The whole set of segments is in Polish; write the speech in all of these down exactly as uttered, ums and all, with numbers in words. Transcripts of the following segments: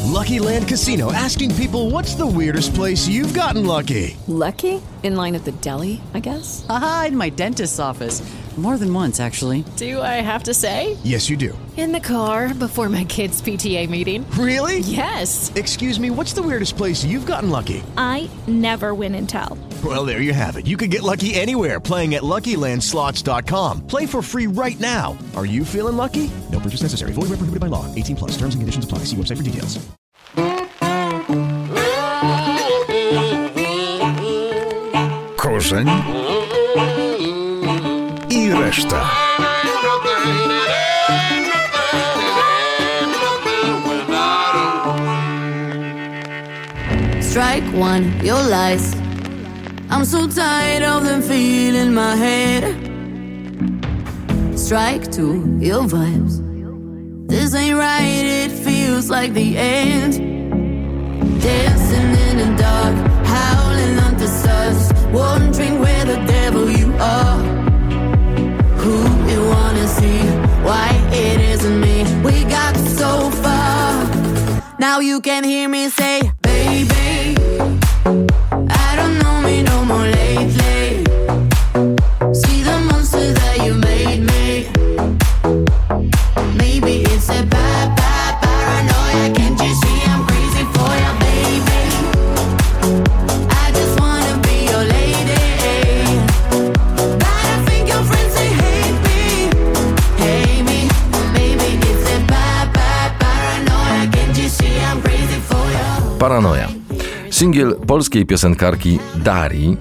Lucky Land Casino, asking people, what's the weirdest place you've gotten lucky? Lucky? In line at the deli, I guess? Aha, in my dentist's office. More than once, actually. Do I have to say? Yes, you do. In the car before my kids' P T A meeting. Really? Yes. Excuse me, what's the weirdest place you've gotten lucky? I never win and tell. Well, there you have it. You can get lucky anywhere, playing at Lucky Land Slots dot com. Play for free right now. Are you feeling lucky? No purchase necessary. Void where prohibited by law. eighteen plus. Terms and conditions apply. See website for details. Korzeń i reszta. Strike one, your lies. I'm so tired of them feeling my head. Strike two, your vibes. This ain't right, it feels like the end. Dancing in the dark, howling under stars, wondering where the devil you are. Who you wanna see, why it isn't me. We got so far, now you can hear me say, baby, I don't know me no more lately. See the monster that you made me. Maybe it's a bad, bad paranoia. Can't you see I'm crazy for you, baby? I just wanna be your lady. But I think your friends, they hate me. Hate me. Maybe it's a bad, bad paranoia. Can't you see I'm crazy for you? Paranoja. Singiel polskiej piosenkarki Darii.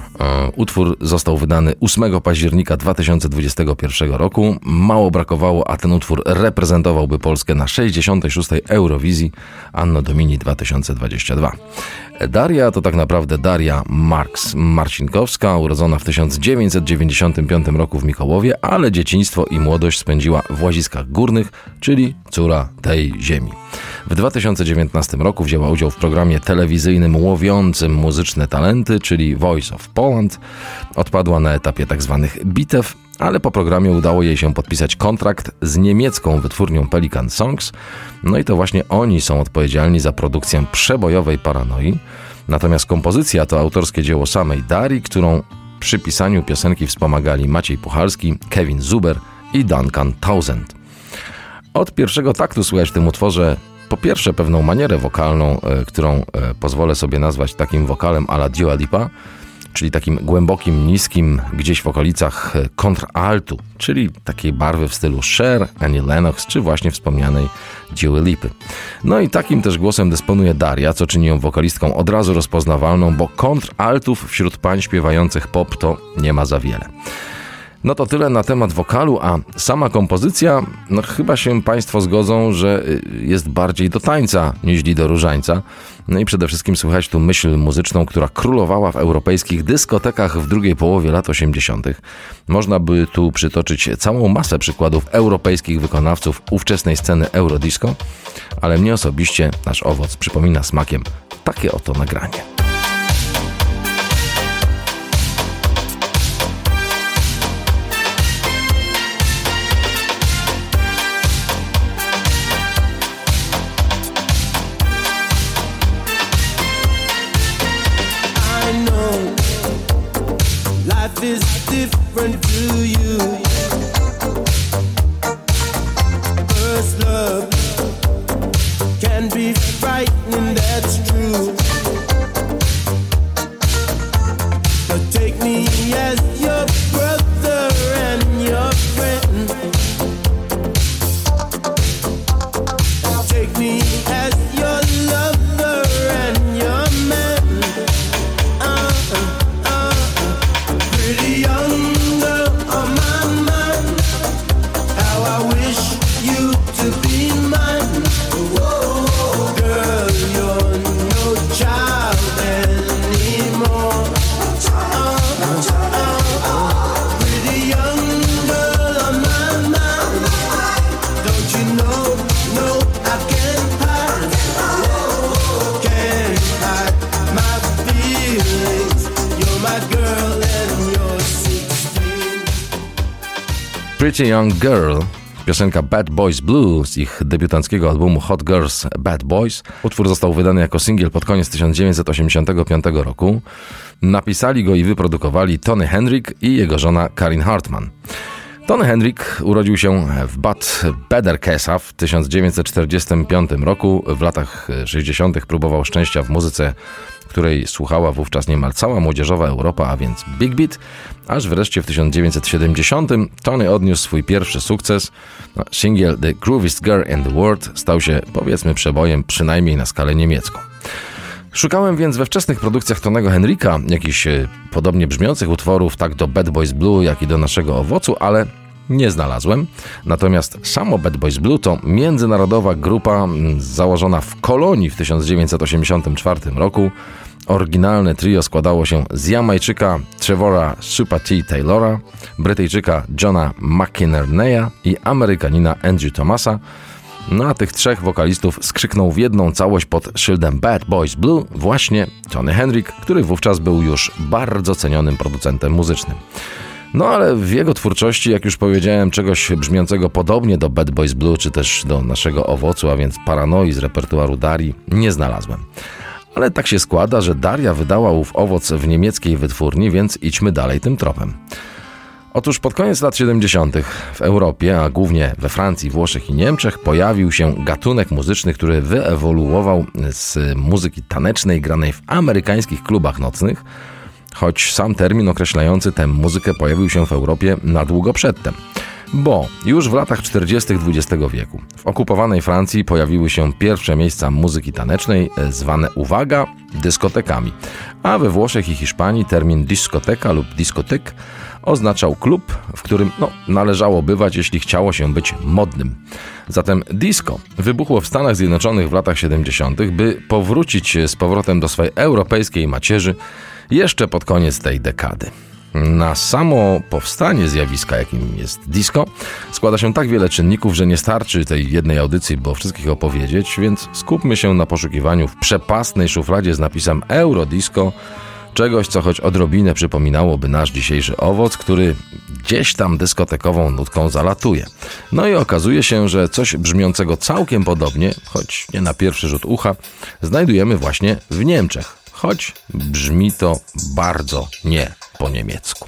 Utwór został wydany ósmego października dwa tysiące dwudziestego pierwszego roku. Mało brakowało, a ten utwór reprezentowałby Polskę na sześćdziesiątej szóstej Eurowizji Anno Domini dwa tysiące dwudziesty drugi. Daria to tak naprawdę Daria Marks Marcinkowska, urodzona w tysiąc dziewięćset dziewięćdziesiątym piątym roku w Mikołowie, ale dzieciństwo i młodość spędziła w Łaziskach Górnych, czyli córa tej ziemi. W dwa tysiące dziewiętnastym roku wzięła udział w programie telewizyjnym łowiącym muzyczne talenty, czyli Voice of Poland. Odpadła na etapie tzw. bitew, ale po programie udało jej się podpisać kontrakt z niemiecką wytwórnią Pelican Songs. No i to właśnie oni są odpowiedzialni za produkcję przebojowej Paranoi. Natomiast kompozycja to autorskie dzieło samej Darii, którą przy pisaniu piosenki wspomagali Maciej Puchalski, Kevin Zuber i Duncan Townsend. Od pierwszego taktu słychać w tym utworze po pierwsze pewną manierę wokalną, e, którą e, pozwolę sobie nazwać takim wokalem a la Dua Lipa, czyli takim głębokim, niskim, gdzieś w okolicach kontraltu, czyli takiej barwy w stylu Cher, Annie Lennox, czy właśnie wspomnianej Dua Lipy. No i takim też głosem dysponuje Daria, co czyni ją wokalistką od razu rozpoznawalną, bo kontraltów wśród pań śpiewających pop to nie ma za wiele. No to tyle na temat wokalu, a sama kompozycja, no chyba się Państwo zgodzą, że jest bardziej do tańca niż do różańca. No i przede wszystkim słychać tu myśl muzyczną, która królowała w europejskich dyskotekach w drugiej połowie lat osiemdziesiątych. Można by tu przytoczyć całą masę przykładów europejskich wykonawców ówczesnej sceny Eurodisco, ale mnie osobiście nasz owoc przypomina smakiem takie oto nagranie. Is different to you. First love can be frightening, that's true. But take me as your brother and your friend. Take me as your lover and your man. Pretty young girl on my mind, how I wish you to be mine. Whoa, girl, you're no child anymore. Uh, uh, uh, pretty young girl on my mind. Don't you know? No, I can't hide. Can't hide my feelings. You're my girl. Pretty Young Girl piosenka Bad Boys Blue z ich debiutanckiego albumu Hot Girls Bad Boys. Utwór został wydany jako singiel pod koniec tysiąc dziewięćset osiemdziesiątego piątego roku. Napisali go i wyprodukowali Tony Hendrick i jego żona Karin Hartman. Tony Hendrick urodził się w Bad Bederkesa w tysiąc dziewięćset czterdziestym piątym roku. W latach sześćdziesiątych próbował szczęścia w muzyce, której słuchała wówczas niemal cała młodzieżowa Europa, a więc Big Beat, aż wreszcie w tysiąc dziewięćset siedemdziesiątym Tony odniósł swój pierwszy sukces. No, singiel The Grooviest Girl in the World stał się, powiedzmy, przebojem przynajmniej na skalę niemiecką. Szukałem więc we wczesnych produkcjach Tonego Hendricka jakichś podobnie brzmiących utworów tak do Bad Boys Blue, jak i do Naszego Owocu, ale nie znalazłem. Natomiast samo Bad Boys Blue to międzynarodowa grupa założona w Kolonii w tysiąc dziewięćset osiemdziesiątym czwartym roku. Oryginalne trio składało się z Jamajczyka Trevora Supa T. Taylora, Brytyjczyka Johna McInerney'a i Amerykanina Andrew Thomasa. No a tych trzech wokalistów skrzyknął w jedną całość pod szyldem Bad Boys Blue właśnie Tony Hendrick, który wówczas był już bardzo cenionym producentem muzycznym. No ale w jego twórczości, jak już powiedziałem, czegoś brzmiącego podobnie do Bad Boys Blue, czy też do Naszego Owocu, a więc Paranoi z repertuaru Darii, nie znalazłem. Ale tak się składa, że Daria wydała ów owoc w niemieckiej wytwórni, więc idźmy dalej tym tropem. Otóż pod koniec lat siedemdziesiątych w Europie, a głównie we Francji, Włoszech i Niemczech pojawił się gatunek muzyczny, który wyewoluował z muzyki tanecznej granej w amerykańskich klubach nocnych, choć sam termin określający tę muzykę pojawił się w Europie na długo przedtem. Bo już w latach czterdziestych dwudziestego wieku w okupowanej Francji pojawiły się pierwsze miejsca muzyki tanecznej zwane, uwaga, dyskotekami, a we Włoszech i Hiszpanii termin dyskoteka lub diskotek oznaczał klub, w którym no, należało bywać, jeśli chciało się być modnym. Zatem disco wybuchło w Stanach Zjednoczonych w latach siedemdziesiątych, by powrócić z powrotem do swojej europejskiej macierzy jeszcze pod koniec tej dekady. Na samo powstanie zjawiska, jakim jest disco, składa się tak wiele czynników, że nie starczy tej jednej audycji, by o wszystkich opowiedzieć, więc skupmy się na poszukiwaniu w przepastnej szufladzie z napisem Eurodisco czegoś, co choć odrobinę przypominałoby nasz dzisiejszy owoc, który gdzieś tam dyskotekową nutką zalatuje. No i okazuje się, że coś brzmiącego całkiem podobnie, choć nie na pierwszy rzut ucha, znajdujemy właśnie w Niemczech, choć brzmi to bardzo nie po niemiecku.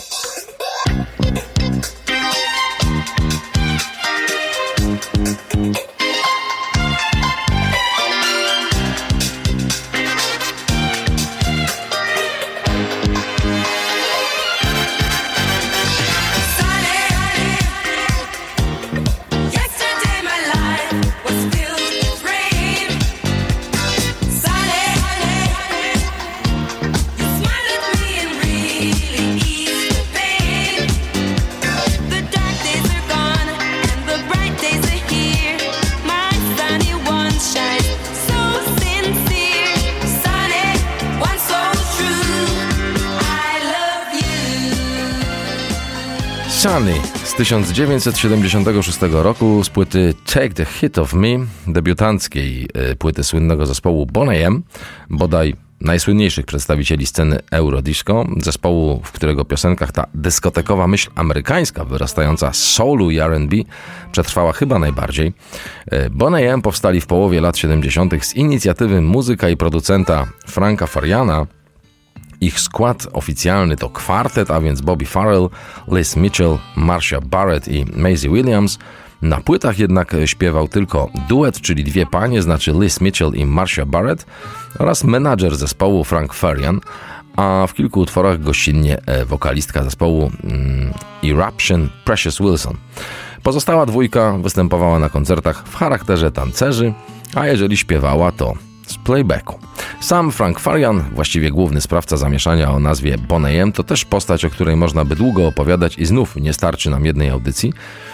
Sunny z tysiąc dziewięćset siedemdziesiątego szóstego roku z płyty Take the Hit of Me, debiutanckiej płyty słynnego zespołu Bon A M, bodaj najsłynniejszych przedstawicieli sceny Eurodisco, zespołu, w którego piosenkach ta dyskotekowa myśl amerykańska, wyrastająca z soulu i R and B, przetrwała chyba najbardziej. Bon A M powstali w połowie lat siedemdziesiątych z inicjatywy muzyka i producenta Franka Fariana. Ich skład oficjalny to kwartet, a więc Bobby Farrell, Liz Mitchell, Marcia Barrett i Maisie Williams. Na płytach jednak śpiewał tylko duet, czyli dwie panie, znaczy Liz Mitchell i Marcia Barrett, oraz menadżer zespołu Frank Farian, a w kilku utworach gościnnie wokalistka zespołu mm, Eruption Precious Wilson. Pozostała dwójka występowała na koncertach w charakterze tancerzy, a jeżeli śpiewała, to z playbacku. Sam Frank Farian, właściwie główny sprawca zamieszania o nazwie Bon A M, to też postać, o której można by długo opowiadać i znów nie starczy nam jednej audycji.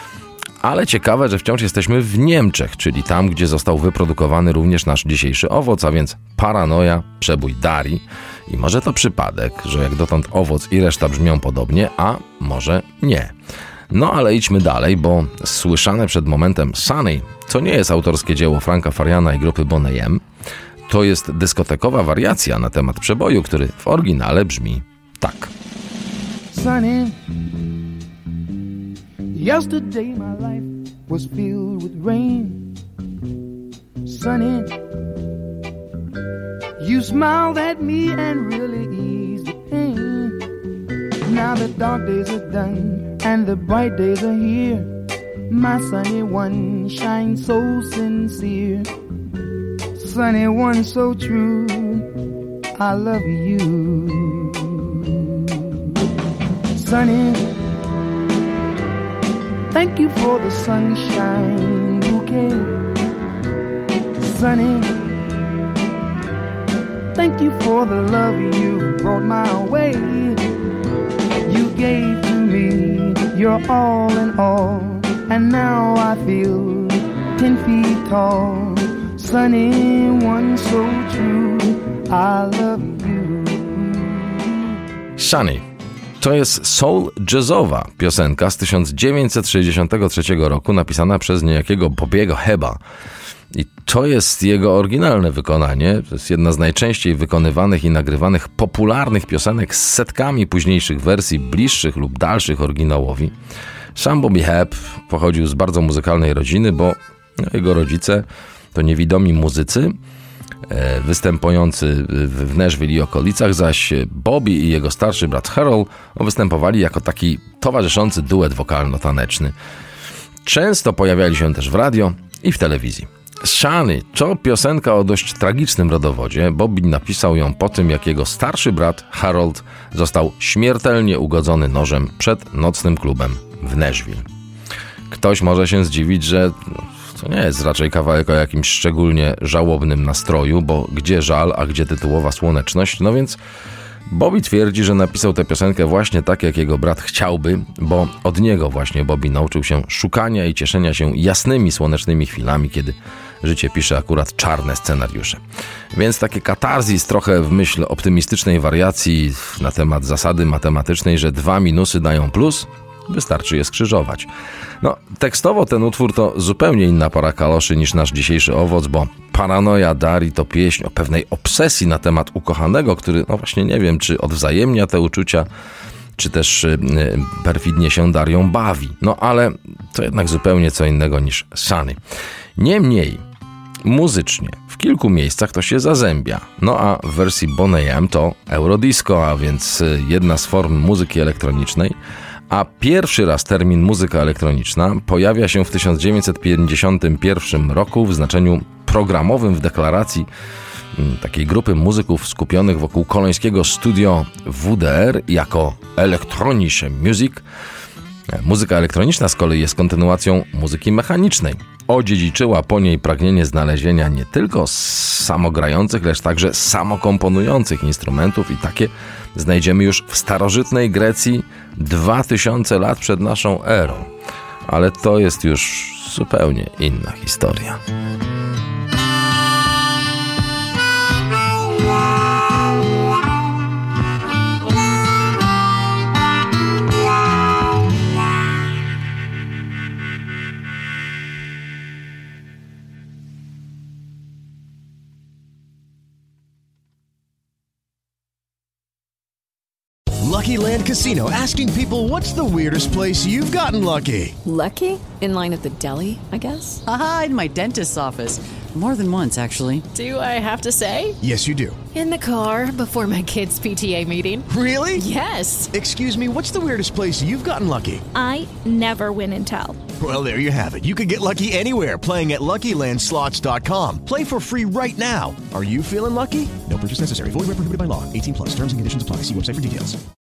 Ale ciekawe, że wciąż jesteśmy w Niemczech, czyli tam, gdzie został wyprodukowany również nasz dzisiejszy owoc, a więc Paranoja, przebój Darii. I może to przypadek, że jak dotąd owoc i reszta brzmią podobnie, a może nie. No ale idźmy dalej, bo słyszane przed momentem Sunny to nie jest autorskie dzieło Franka Fariana i grupy Bon A M. To jest dyskotekowa wariacja na temat przeboju, który w oryginale brzmi tak. Sunny, yesterday my life was filled with rain. Sunny, you smiled at me and really eased the pain. Now the dark days are done and the bright days are here. My sunny one shines so sincere. Sunny one so true, I love you. Sunny, thank you for the sunshine bouquet. Sunny, thank you for the love you brought my way. You gave to me your all in all, and now I feel ten feet tall. Sunny one so true, I love you. Sunny. To jest soul jazzowa piosenka z tysiąc dziewięćset sześćdziesiątego trzeciego roku, napisana przez niejakiego Bobiego Heba. I to jest jego oryginalne wykonanie. To jest jedna z najczęściej wykonywanych i nagrywanych popularnych piosenek z setkami późniejszych wersji, bliższych lub dalszych oryginałowi. Sam Bobby Hebb pochodził z bardzo muzykalnej rodziny, bo jego rodzice to niewidomi muzycy występujący w Nashville i okolicach, zaś Bobby i jego starszy brat Harold występowali jako taki towarzyszący duet wokalno-taneczny. Często pojawiali się też w radio i w telewizji. Sunny to piosenka o dość tragicznym rodowodzie. Bobby napisał ją po tym, jak jego starszy brat Harold został śmiertelnie ugodzony nożem przed nocnym klubem w Nashville. Ktoś może się zdziwić, że to nie jest raczej kawałek o jakimś szczególnie żałobnym nastroju, bo gdzie żal, a gdzie tytułowa słoneczność? No więc Bobby twierdzi, że napisał tę piosenkę właśnie tak, jak jego brat chciałby, bo od niego właśnie Bobby nauczył się szukania i cieszenia się jasnymi, słonecznymi chwilami, kiedy życie pisze akurat czarne scenariusze. Więc takie katarzis trochę w myśl optymistycznej wariacji na temat zasady matematycznej, że dwa minusy dają plus, wystarczy je skrzyżować. No, tekstowo ten utwór to zupełnie inna para kaloszy niż nasz dzisiejszy owoc, bo Paranoia Dari to pieśń o pewnej obsesji na temat ukochanego, który, no właśnie nie wiem, czy odwzajemnia te uczucia, czy też yy, perfidnie się Darią bawi. No ale to jednak zupełnie co innego niż Sunny. Niemniej, muzycznie w kilku miejscach to się zazębia. No a w wersji Boney M to eurodisco, a więc jedna z form muzyki elektronicznej. A pierwszy raz termin muzyka elektroniczna pojawia się w tysiąc dziewięćset pięćdziesiątym pierwszym roku w znaczeniu programowym w deklaracji takiej grupy muzyków skupionych wokół kolońskiego studio W D R jako Electronische Music. Muzyka elektroniczna z kolei jest kontynuacją muzyki mechanicznej. Odziedziczyła po niej pragnienie znalezienia nie tylko samogrających, lecz także samokomponujących instrumentów i takie znajdziemy już w starożytnej Grecji dwa tysiące lat przed naszą erą. Ale to jest już zupełnie inna historia. Lucky Land Casino, asking people, what's the weirdest place you've gotten lucky? Lucky? In line at the deli, I guess? Aha, in my dentist's office. More than once, actually. Do I have to say? Yes, you do. In the car before my kids' P T A meeting. Really? Yes. Excuse me, what's the weirdest place you've gotten lucky? I never win and tell. Well, there you have it. You can get lucky anywhere, playing at Lucky Land Slots dot com. Play for free right now. Are you feeling lucky? No purchase necessary. Void where prohibited by law. eighteen plus. Terms and conditions apply. See website for details.